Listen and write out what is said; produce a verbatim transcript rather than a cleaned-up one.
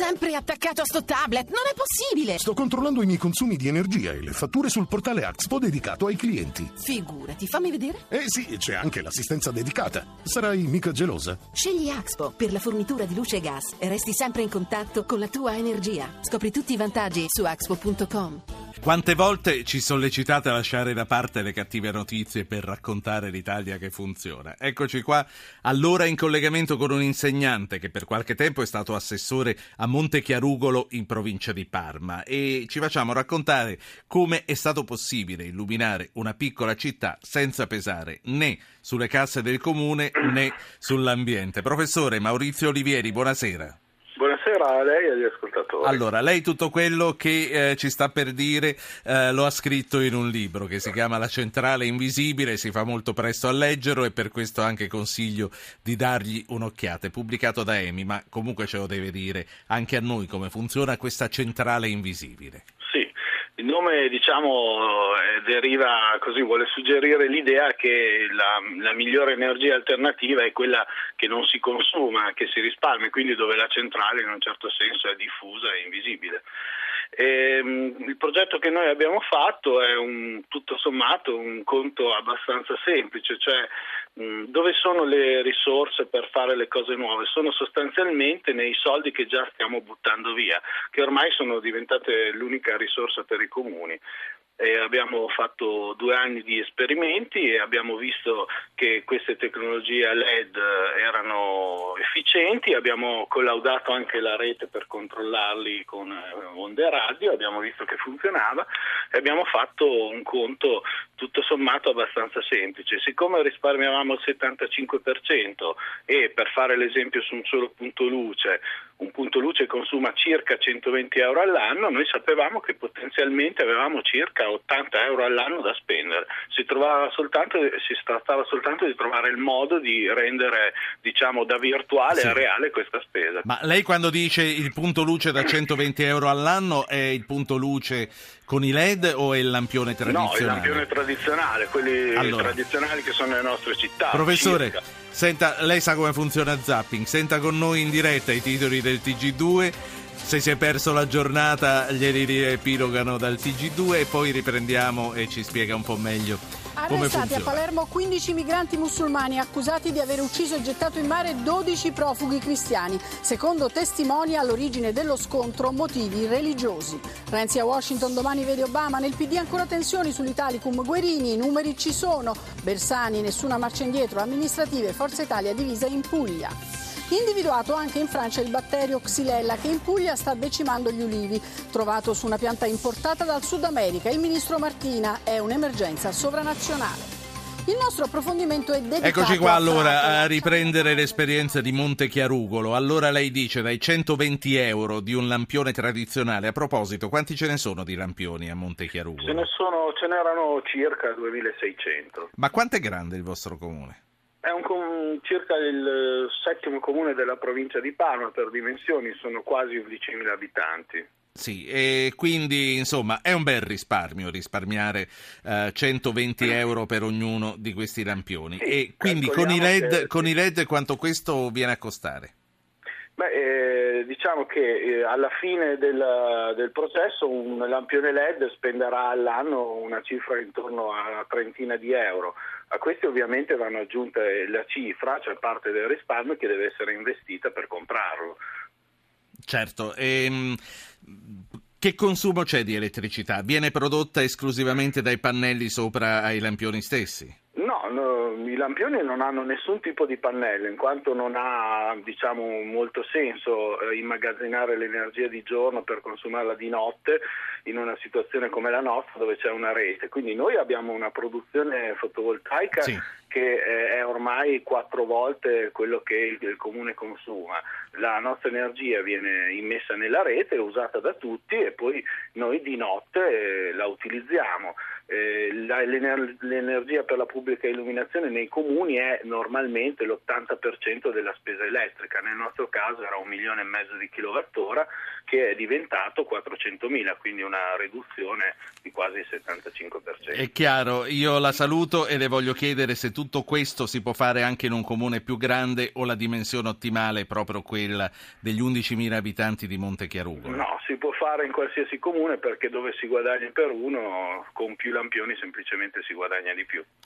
sempre attaccato a sto tablet, non è possibile! Sto controllando i miei consumi di energia e le fatture sul portale Axpo dedicato ai clienti. Figurati, fammi vedere. Eh sì, c'è anche l'assistenza dedicata. Sarai mica gelosa? Scegli Axpo per la fornitura di luce e gas e resti sempre in contatto con la tua energia. Scopri tutti i vantaggi su axpo punto com. Quante volte ci sollecitate a lasciare da parte le cattive notizie per raccontare l'Italia che funziona? Eccoci qua, allora in collegamento con un insegnante che per qualche tempo è stato assessore a Montechiarugolo in provincia di Parma, e ci facciamo raccontare come è stato possibile illuminare una piccola città senza pesare né sulle casse del comune né sull'ambiente. Professore Maurizio Olivieri, buonasera. Buonasera a lei e agli ascoltatori. Allora, lei tutto quello che eh, ci sta per dire eh, lo ha scritto in un libro che si chiama La Centrale Invisibile, si fa molto presto a leggerlo e per questo anche consiglio di dargli un'occhiata. È pubblicato da EMI, ma comunque ce lo deve dire anche a noi come funziona questa Centrale Invisibile. Sì. Il nome, diciamo, eh, deriva così, vuole suggerire l'idea che la, la migliore energia alternativa è quella che non si consuma, che si risparmia, quindi dove la centrale in un certo senso è diffusa e invisibile. E, il progetto che noi abbiamo fatto è un, tutto sommato un conto abbastanza semplice, cioè mh, dove sono le risorse per fare le cose nuove? Sono sostanzialmente nei soldi che già stiamo buttando via, che ormai sono diventate l'unica risorsa per i comuni. E abbiamo fatto due anni di esperimenti e abbiamo visto che queste tecnologie L E D erano efficienti, abbiamo collaudato anche la rete per controllarli con onde radio, abbiamo visto che funzionava e abbiamo fatto un conto tutto sommato abbastanza semplice. Siccome risparmiavamo il settantacinque per cento e, per fare l'esempio su un solo punto luce, un punto luce consuma circa centoventi euro all'anno, noi sapevamo che potenzialmente avevamo circa ottanta euro all'anno da spendere. Si trovava soltanto, si trattava soltanto di trovare il modo di rendere, diciamo, da virtuale sì. a reale questa spesa. Ma lei quando dice il punto luce da centoventi euro all'anno è il punto luce con i L E D o è il lampione tradizionale? No, il lampione tradizionale, quelli allora, tradizionali che sono nelle nostre città. Professore, circa. Senta, lei sa come funziona Zapping, senta con noi in diretta i titoli del T G due, se si è perso la giornata glieli riepilogano dal T G due e poi riprendiamo e ci spiega un po' meglio come Arrestati funziona. a Palermo quindici migranti musulmani accusati di aver ucciso e gettato in mare dodici profughi cristiani. Secondo testimoni, all'origine dello scontro motivi religiosi. Renzi a Washington, domani vede Obama. Nel P D ancora tensioni sull'Italicum. Guerini, i numeri ci sono. Bersani, nessuna marcia indietro. Amministrative, Forza Italia divisa in Puglia. Individuato anche in Francia il batterio Xylella che in Puglia sta decimando gli ulivi. Trovato su una pianta importata dal Sud America, il ministro Martina, è un'emergenza sovranazionale. Il nostro approfondimento è dedicato Eccoci qua a allora Prato. a riprendere l'esperienza di Montechiarugolo. Allora lei dice dai centoventi euro di un lampione tradizionale. A proposito, quanti ce ne sono di lampioni a Montechiarugolo? Ce ne sono, ce n'erano circa duemilaseicento. Ma quanto è grande il vostro comune? È un com- circa il settimo comune della provincia di Parma per dimensioni, sono quasi undicimila abitanti. Sì, e quindi insomma è un bel risparmio risparmiare eh, centoventi euro per ognuno di questi lampioni. Sì, e quindi con i, L E D, che... con i L E D quanto questo viene a costare? Beh, eh, diciamo che eh, alla fine del, del processo un lampione L E D spenderà all'anno una cifra intorno a una trentina di euro. A questi ovviamente vanno aggiunte la cifra, cioè parte del risparmio che deve essere investita per comprarlo. Certo, e che consumo c'è di elettricità? Viene prodotta esclusivamente dai pannelli sopra ai lampioni stessi? No, no, i lampioni non hanno nessun tipo di pannello, in quanto non ha, diciamo, molto senso eh, immagazzinare l'energia di giorno per consumarla di notte in una situazione come la nostra dove c'è una rete. Quindi noi abbiamo una produzione fotovoltaica sì. che è ormai quattro volte quello che il comune consuma. La nostra energia viene immessa nella rete, usata da tutti e poi noi di notte la utilizziamo. Eh, la, l'ener- l'energia per la pubblica illuminazione nei comuni è normalmente l'ottanta per cento della spesa elettrica, nel nostro caso era un milione e mezzo di kilowattora che è diventato quattrocentomila, quindi una riduzione di quasi il settantacinque per cento. È chiaro, io la saluto e le voglio chiedere se tutto questo si può fare anche in un comune più grande o la dimensione ottimale è proprio quella degli undicimila abitanti di Montechiarugolo. No, si può fare in qualsiasi comune, perché dove si guadagna per uno, con più lampioni semplicemente si guadagna di più.